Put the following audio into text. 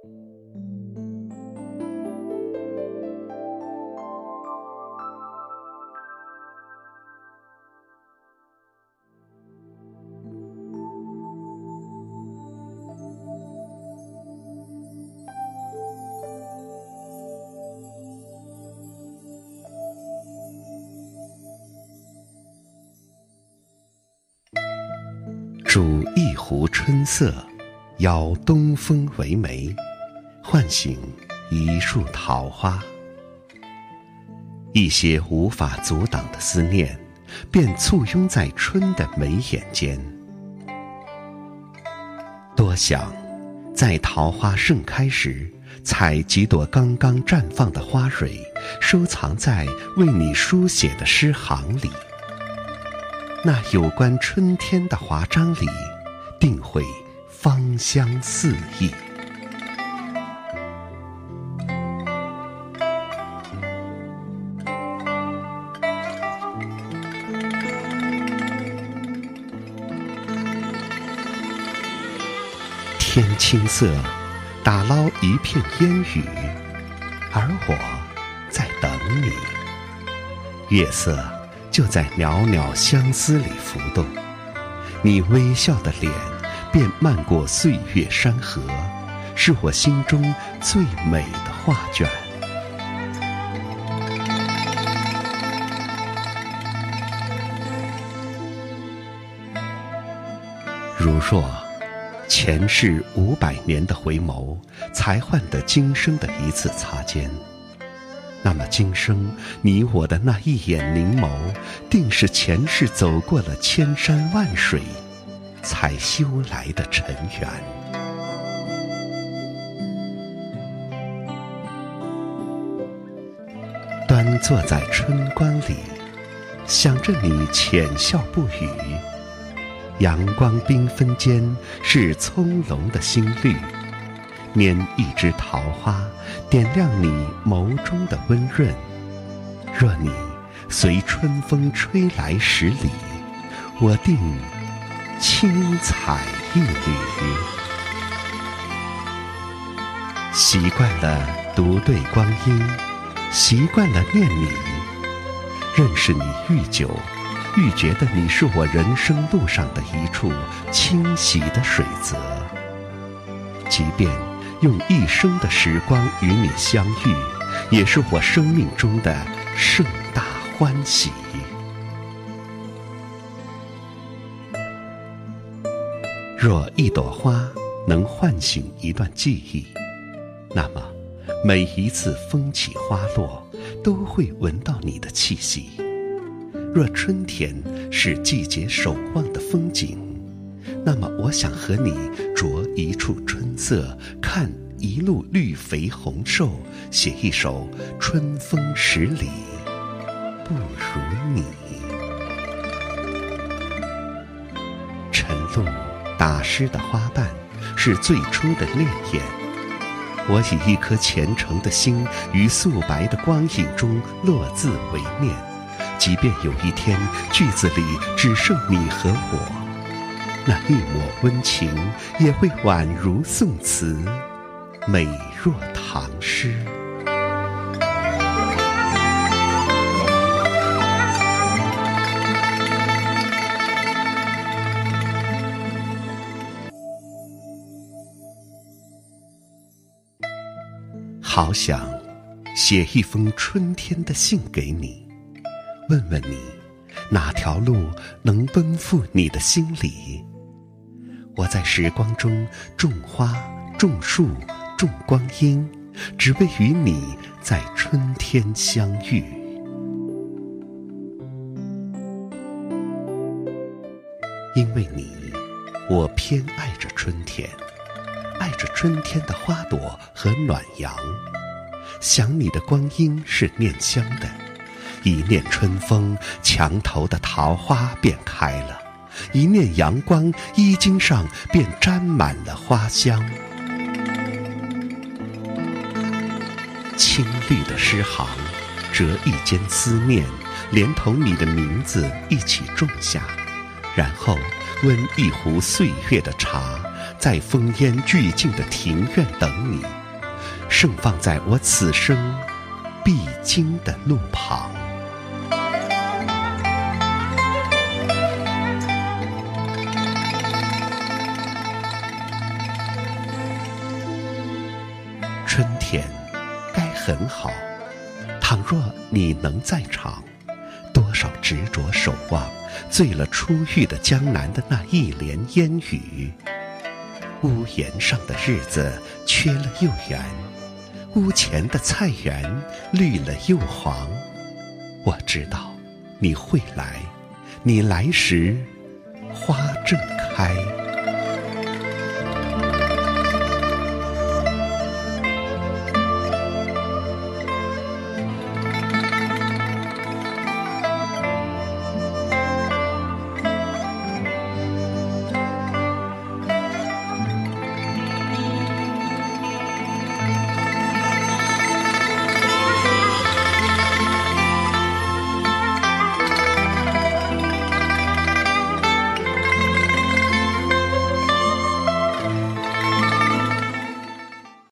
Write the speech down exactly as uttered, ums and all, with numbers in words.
煮一壶春色，邀东风为媒，唤醒一树桃花。一些无法阻挡的思念，便簇拥在春的眉眼间。多想在桃花盛开时，采几朵刚刚绽放的花蕊，收藏在为你书写的诗行里。那有关春天的华章里，定会芳香四溢。天青色，打捞一片烟雨，而我在等你。月色就在袅袅相思里浮动，你微笑的脸便漫过岁月山河，是我心中最美的画卷。如若前世五百年的回眸，才换得今生的一次擦肩，那么今生你我的那一眼凝眸，定是前世走过了千山万水，才修来的尘缘。端坐在春光里，想着你浅笑不语，阳光缤纷间是葱茏的新绿，拈一枝桃花，点亮你眸中的温润。若你随春风吹来十里，我定轻采一缕。习惯了独对光阴，习惯了念你，认识你愈久，愈觉得你是我人生路上的一处清晰的水泽。即便用一生的时光与你相遇，也是我生命中的盛大欢喜。若一朵花能唤醒一段记忆，那么每一次风起花落，都会闻到你的气息。若春天是季节守望的风景，那么我想和你着一处春色，看一路绿肥红瘦，写一首春风十里不如你。晨露打湿的花瓣是最初的潋滟，我以一颗虔诚的心，于素白的光影中落字为念。即便有一天句子里只剩你和我，那一抹温情也会宛如宋词，美若唐诗。好想写一封春天的信给你，问问你哪条路能奔赴你的心里。我在时光中种花种树种光阴，只为与你在春天相遇。因为你，我偏爱着春天，爱着春天的花朵和暖阳。想你的光阴是念香的，一念春风，墙头的桃花便开了；一念阳光，衣襟上便沾满了花香。青绿的诗行，折一间思念，连同你的名字一起种下，然后温一壶岁月的茶， 在烽烟俱尽的庭院等你，盛放在我此生必经的路旁。春天该很好，倘若你能在场，多少执着守望，醉了初遇的江南的那一帘烟雨。屋檐上的日子缺了又圆，屋前的菜园绿了又黄。我知道你会来，你来时花正开。